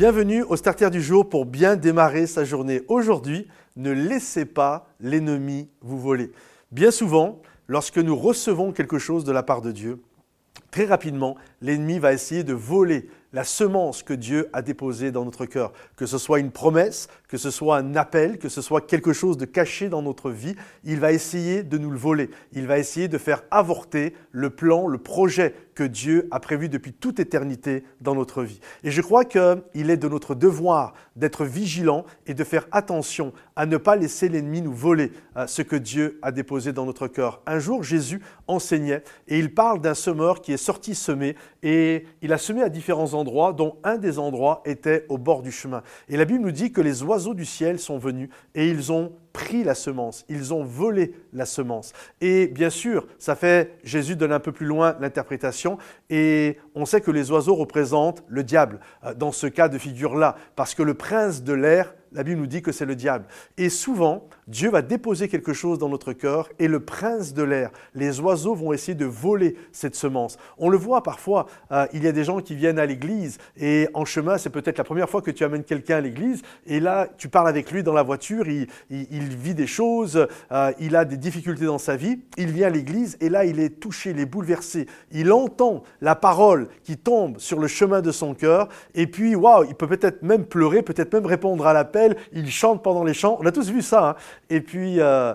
Bienvenue au Starter du jour pour bien démarrer sa journée. Aujourd'hui, ne laissez pas l'ennemi vous voler. Bien souvent, lorsque nous recevons quelque chose de la part de Dieu, très rapidement, l'ennemi va essayer de voler la semence que Dieu a déposée dans notre cœur. Que ce soit une promesse, que ce soit un appel, que ce soit quelque chose de caché dans notre vie, il va essayer de nous le voler. Il va essayer de faire avorter le plan, le projet que Dieu a prévu depuis toute éternité dans notre vie. Et je crois qu'il est de notre devoir d'être vigilant et de faire attention à ne pas laisser l'ennemi nous voler ce que Dieu a déposé dans notre cœur. Un jour, Jésus enseignait et il parle d'un semeur qui est sorti semer et il a semé à différents endroits, dont un des endroits était au bord du chemin. Et la Bible nous dit que les oiseaux du ciel sont venus et ils ont pris la semence, ils ont volé la semence. Et bien sûr, Jésus donne un peu plus loin l'interprétation et on sait que les oiseaux représentent le diable dans ce cas de figure-là, parce que le prince de l'air, la Bible nous dit que c'est le diable. Et souvent, Dieu va déposer quelque chose dans notre cœur et le prince de l'air, les oiseaux vont essayer de voler cette semence. On le voit parfois, il y a des gens qui viennent à l'église et en chemin, c'est peut-être la première fois que tu amènes quelqu'un à l'église et là, tu parles avec lui dans la voiture, il vit des choses, il a des difficultés dans sa vie, il vient à l'église et là, il est touché, il est bouleversé. Il entend la parole qui tombe sur le chemin de son cœur et puis, waouh, il peut peut-être même pleurer, peut-être même répondre à l'appel. Il chante pendant les chants, on a tous vu ça. Hein. Et puis,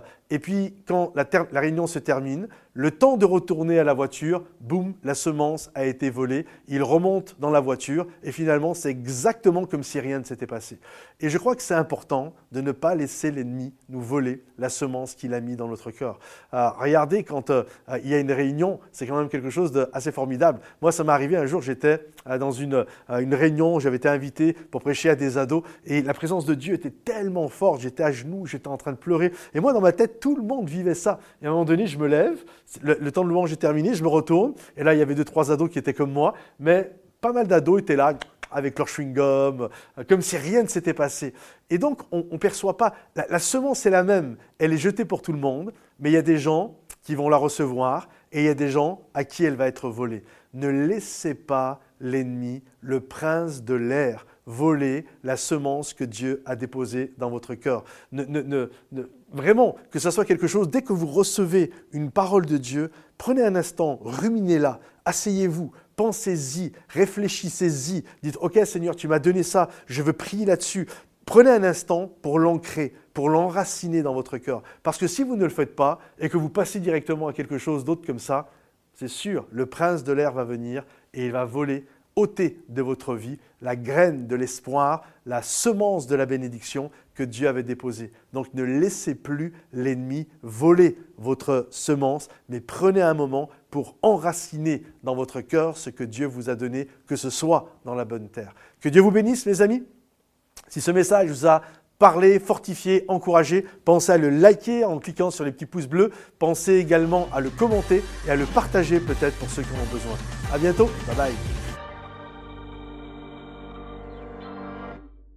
quand la réunion se termine, le temps de retourner à la voiture, boum, la semence a été volée. Il remonte dans la voiture et finalement, c'est exactement comme si rien ne s'était passé. Et je crois que c'est important de ne pas laisser l'ennemi nous voler la semence qu'il a mis dans notre cœur. Regardez, quand il y a une réunion, c'est quand même quelque chose d'assez formidable. Moi, ça m'est arrivé un jour, j'étais dans une réunion, j'avais été invité pour prêcher à des ados et la présence de Dieu était tellement forte, j'étais à genoux, j'étais en train de pleurer. Et moi, dans ma tête, tout le monde vivait ça. Et à un moment donné, je me lève, le temps de louange est terminé, je me retourne, et là, il y avait 2-3 ados qui étaient comme moi, mais pas mal d'ados étaient là, avec leur chewing-gum, comme si rien ne s'était passé. Et donc, on ne perçoit pas, la semence est la même, elle est jetée pour tout le monde, mais il y a des gens qui vont la recevoir, et il y a des gens à qui elle va être volée. Ne laissez pas l'ennemi, le prince de l'air, voler la semence que Dieu a déposée dans votre cœur. Vraiment, que ce soit quelque chose, dès que vous recevez une parole de Dieu, prenez un instant, ruminez-la, asseyez-vous, pensez-y, réfléchissez-y, dites « Ok Seigneur, tu m'as donné ça, je veux prier là-dessus ». Prenez un instant pour l'ancrer, pour l'enraciner dans votre cœur. Parce que si vous ne le faites pas et que vous passez directement à quelque chose d'autre comme ça, c'est sûr, le prince de l'air va venir et il va voler, ôter de votre vie la graine de l'espoir, la semence de la bénédiction que Dieu avait déposée. Donc ne laissez plus l'ennemi voler votre semence, mais prenez un moment pour enraciner dans votre cœur ce que Dieu vous a donné, que ce soit dans la bonne terre. Que Dieu vous bénisse, mes amis. Si ce message vous a parlé, fortifié, encouragé, pensez à le liker en cliquant sur les petits pouces bleus. Pensez également à le commenter et à le partager peut-être pour ceux qui en ont besoin. À bientôt. Bye bye.